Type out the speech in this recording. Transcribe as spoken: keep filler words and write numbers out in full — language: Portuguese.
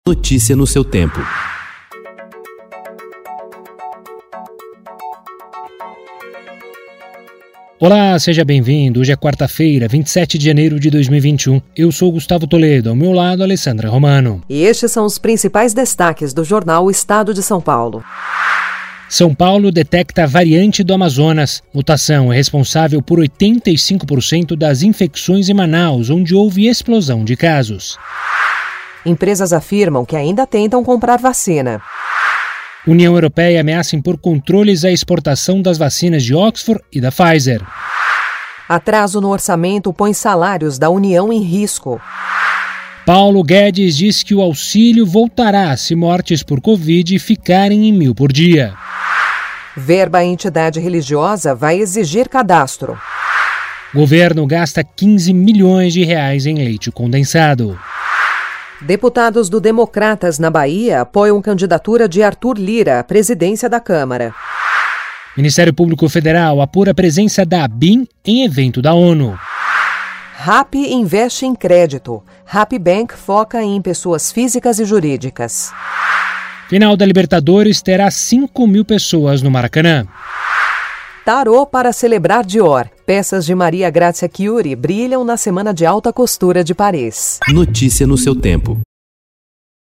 Notícia no seu tempo. Olá, seja bem-vindo. Hoje é quarta-feira, vinte e sete de janeiro de dois mil e vinte e um. Eu sou Gustavo Toledo, ao meu lado, Alessandra Romano. E estes são os principais destaques do jornal O Estado de São Paulo. São Paulo detecta a variante do Amazonas. Mutação é responsável por oitenta e cinco por cento das infecções em Manaus, onde houve explosão de casos. Empresas afirmam que ainda tentam comprar vacina. União Europeia ameaça impor controles à exportação das vacinas de Oxford e da Pfizer. Atraso no orçamento põe salários da União em risco. Paulo Guedes diz que o auxílio voltará se mortes por Covid ficarem em mil por dia. Verba à entidade religiosa vai exigir cadastro. Governo gasta quinze milhões de reais em leite condensado. Deputados do Democratas na Bahia apoiam candidatura de Arthur Lira à presidência da Câmara. Ministério Público Federal apura a presença da ABIN em evento da ONU. Rappi investe em crédito. Rappi Bank foca em pessoas físicas e jurídicas. Final da Libertadores terá cinco mil pessoas no Maracanã. Tarô para celebrar Dior. Peças de Maria Grazia Chiuri brilham na Semana de Alta Costura de Paris. Notícia no seu tempo.